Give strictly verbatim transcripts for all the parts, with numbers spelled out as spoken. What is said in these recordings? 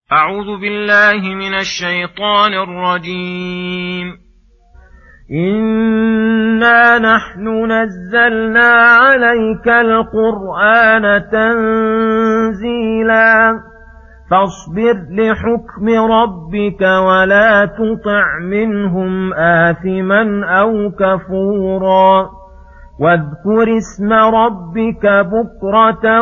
أعوذ بالله من الشيطان الرجيم. إنا نحن نزلنا عليك القرآن تنزيلا فاصبر لحكم ربك ولا تطع منهم آثما أو كفورا واذكر اسم ربك بكرة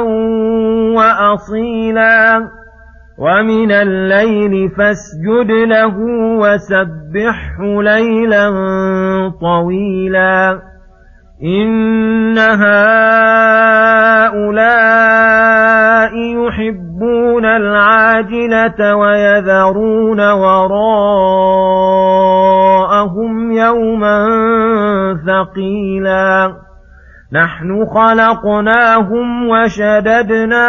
وأصيلا ومن الليل فاسجد له وسبحه ليلا طويلا إن هؤلاء يحبون العاجلة ويذرون وراءهم يوما ثقيلا نحن خلقناهم وشددنا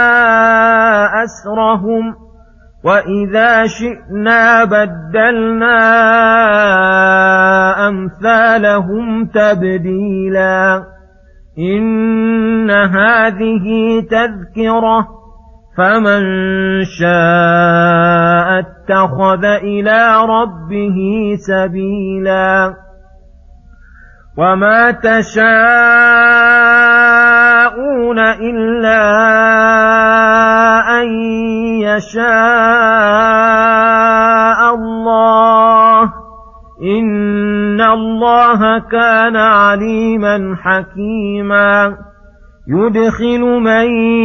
أسرهم وإذا شئنا بدلنا أمثالهم تبديلا إن هذه تذكرة فمن شاء اتخذ إلى ربه سبيلا وما تشاءون إلا أن يشاء الله إن الله كان عليما حكيما يدخل من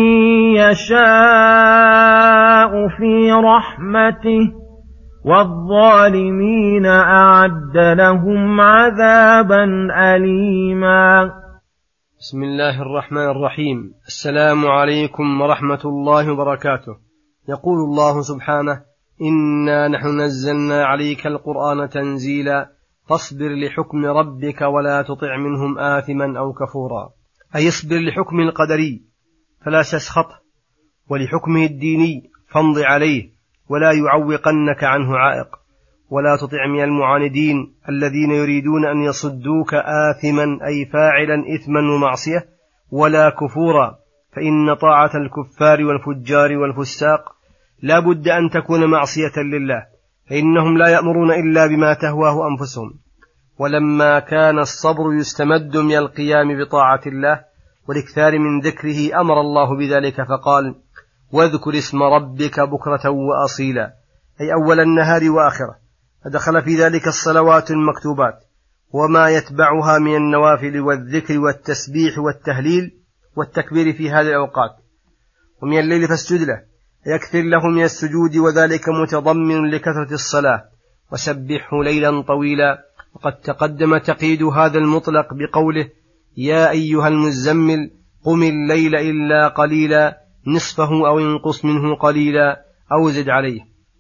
يشاء في رحمته والظالمين أعد لهم عذابا أليما. بسم الله الرحمن الرحيم. السلام عليكم ورحمة الله وبركاته. يقول الله سبحانه: إنا نحن نزلنا عليك القرآن تنزيلا فاصبر لحكم ربك ولا تطع منهم آثما أو كفورا، أي اصبر لحكم القدري فلا تسخطه، ولحكمه الديني فامض عليه ولا يعوقنك عنه عائق، ولا تطع من المعاندين الذين يريدون أن يصدوك آثما أي فاعلا إثما ومعصية، ولا كفورا، فإن طاعة الكفار والفجار والفساق لا بد أن تكون معصية لله، فإنهم لا يأمرون إلا بما تهواه أنفسهم. ولما كان الصبر يستمد من القيام بطاعة الله والاكثار من ذكره أمر الله بذلك فقال: واذكر اسم ربك بكرة وأصيلا، أي أول النهار وآخره، فدخل في ذلك الصلوات المكتوبات وما يتبعها من النوافل والذكر والتسبيح والتهليل والتكبير في هذه الأوقات. ومن الليل فاسجد له، يكثر له من السجود، وذلك متضمن لكثرة الصلاة، وسبحه ليلا طويلا. وقد تقدم تقييد هذا المطلق بقوله: يا أيها المزمل قم الليل إلا قليلا نصفه أو انقص منه قليلا أو زد عليه.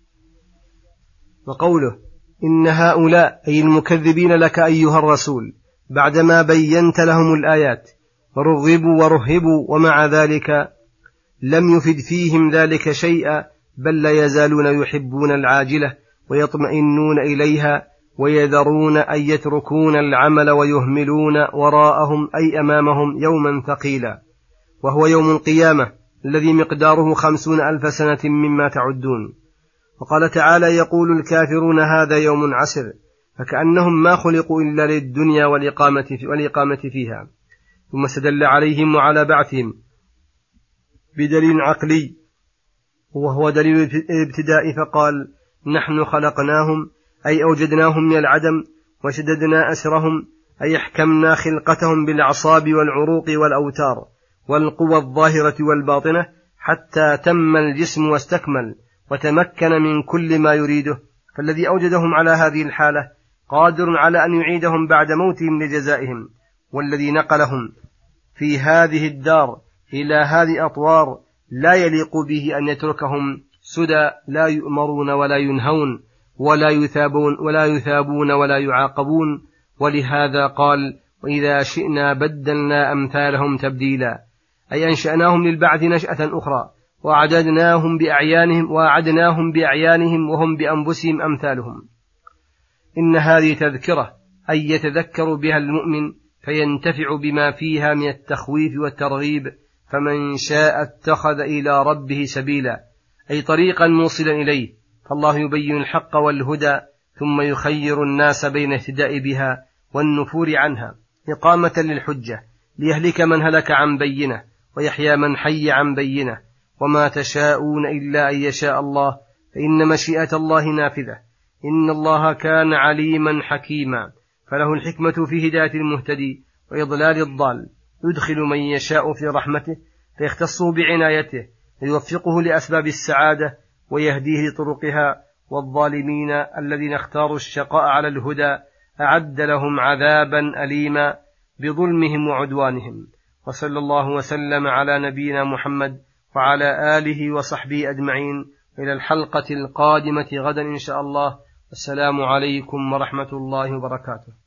وقوله: إن هؤلاء أي المكذبين لك أيها الرسول بعدما بينت لهم الآيات ورغبوا ورهبوا، ومع ذلك لم يفد فيهم ذلك شيئا، بل لا يزالون يحبون العاجلة ويطمئنون إليها، ويذرون أن يتركون العمل ويهملون وراءهم أي أمامهم يوما ثقيلا، وهو يوم القيامة الذي مقداره خمسون ألف سنة مما تعدون. وقال تعالى: يقول الكافرون هذا يوم عسر، فكأنهم ما خلقوا إلا للدنيا والإقامة فيها. ثم استدل عليهم وعلى بعثهم بدليل عقلي وهو دليل الابتداء، فقال: نحن خلقناهم أي أوجدناهم من العدم، وشددنا أسرهم أي احكمنا خلقتهم بالأعصاب والعروق والأوتار والقوى الظاهرة والباطنة حتى تم الجسم واستكمل وتمكن من كل ما يريده. فالذي أوجدهم على هذه الحالة قادر على أن يعيدهم بعد موتهم لجزائهم، والذي نقلهم في هذه الدار إلى هذه أطوار لا يليق به أن يتركهم سدى لا يؤمرون ولا ينهون ولا يثابون ولا يثابون ولا يعاقبون. ولهذا قال: وإذا شئنا بدلنا أمثالهم تبديلا، أي أنشأناهم للبعث نشأة أخرى، وأعددناهم بأعيانهم وأعدناهم بأعيانهم وهم بأنفسهم أمثالهم. إن هذه تذكرة أي يتذكر بها المؤمن فينتفع بما فيها من التخويف والترغيب، فمن شاء اتخذ إلى ربه سبيلا، أي طريقا موصلا إليه، فالله يبين الحق والهدى ثم يخير الناس بين اهتداء بها والنفور عنها إقامة للحجة، ليهلك من هلك عن بينه ويحيى من حي عن بينه. وما تشاءون إلا أن يشاء الله، فإن مشيئة الله نافذة، إن الله كان عليما حكيما. فله الحكمة في هداية المهتدي وإضلال الضال، يدخل من يشاء في رحمته فيختصه بعنايته ويوفقه لأسباب السعادة ويهديه لطرقها. والظالمين الذين اختاروا الشقاء على الهدى أعد لهم عذابا أليما بظلمهم وعدوانهم. وصلى الله وسلم على نبينا محمد وعلى آله وصحبه أجمعين، إلى الحلقة القادمة غدا إن شاء الله. السلام عليكم ورحمة الله وبركاته.